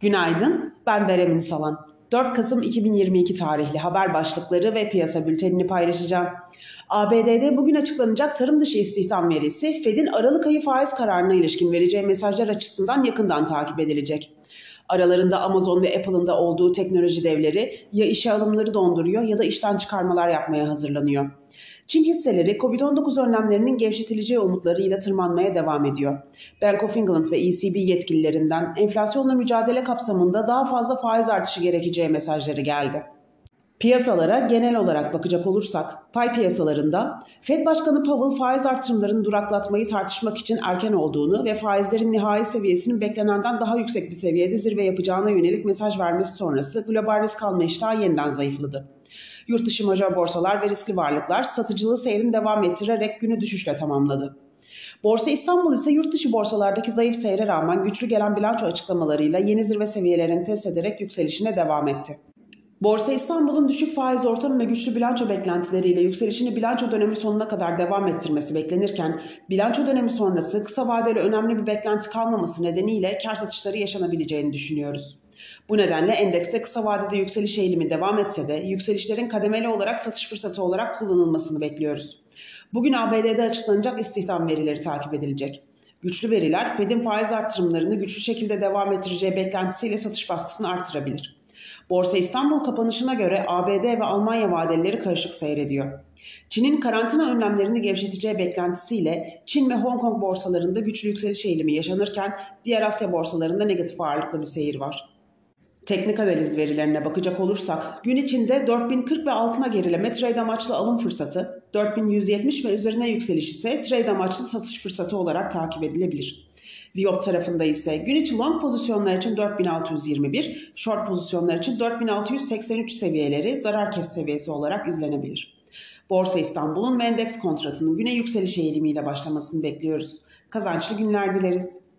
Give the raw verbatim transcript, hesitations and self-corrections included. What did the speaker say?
Günaydın, ben Berem Ünsalan. dört Kasım iki bin yirmi iki tarihli haber başlıkları ve piyasa bültenini paylaşacağım. A B D'de bugün açıklanacak tarım dışı istihdam verisi, Fed'in Aralık ayı faiz kararına ilişkin vereceği mesajlar açısından yakından takip edilecek. Aralarında Amazon ve Apple'ın da olduğu teknoloji devleri ya işe alımları donduruyor ya da işten çıkarmalar yapmaya hazırlanıyor. Çin hisseleri kovid on dokuz önlemlerinin gevşetileceği umutlarıyla tırmanmaya devam ediyor. Bank of England ve E C B yetkililerinden enflasyonla mücadele kapsamında daha fazla faiz artışı gerekeceği mesajları geldi. Piyasalara genel olarak bakacak olursak, pay piyasalarında Fed Başkanı Powell faiz artırımlarını duraklatmayı tartışmak için erken olduğunu ve faizlerin nihai seviyesinin beklenenden daha yüksek bir seviyede zirve yapacağına yönelik mesaj vermesi sonrası global risk alma iştahı yeniden zayıfladı. Yurt dışı majör borsalar ve riskli varlıklar satıcılığı seyrini devam ettirerek günü düşüşle tamamladı. Borsa İstanbul ise yurt dışı borsalardaki zayıf seyre rağmen güçlü gelen bilanço açıklamalarıyla yeni zirve seviyelerini test ederek yükselişine devam etti. Borsa İstanbul'un düşük faiz ortamı ve güçlü bilanço beklentileriyle yükselişini bilanço dönemi sonuna kadar devam ettirmesi beklenirken, bilanço dönemi sonrası kısa vadeli önemli bir beklenti kalmaması nedeniyle kar satışları yaşanabileceğini düşünüyoruz. Bu nedenle endekste kısa vadede yükseliş eğilimi devam etse de yükselişlerin kademeli olarak satış fırsatı olarak kullanılmasını bekliyoruz. Bugün A B D'de açıklanacak istihdam verileri takip edilecek. Güçlü veriler Fed'in faiz artırımlarını güçlü şekilde devam ettireceği beklentisiyle satış baskısını artırabilir. Borsa İstanbul kapanışına göre A B D ve Almanya vadeleri karışık seyrediyor. Çin'in karantina önlemlerini gevşeteceği beklentisiyle Çin ve Hong Kong borsalarında güçlü yükseliş eğilimi yaşanırken diğer Asya borsalarında negatif ağırlıklı bir seyir var. Teknik analiz verilerine bakacak olursak gün içinde dört bin kırk ve altına gerileme trade amaçlı alım fırsatı, dört bin yüz yetmiş ve üzerine yükseliş ise trade amaçlı satış fırsatı olarak takip edilebilir. Viyop tarafında ise gün içi long pozisyonlar için dört bin altı yüz yirmi bir, short pozisyonlar için dört bin altı yüz seksen üç seviyeleri zarar kes seviyesi olarak izlenebilir. Borsa İstanbul'un ve endeks kontratının güne yükseliş eğilimiyle başlamasını bekliyoruz. Kazançlı günler dileriz.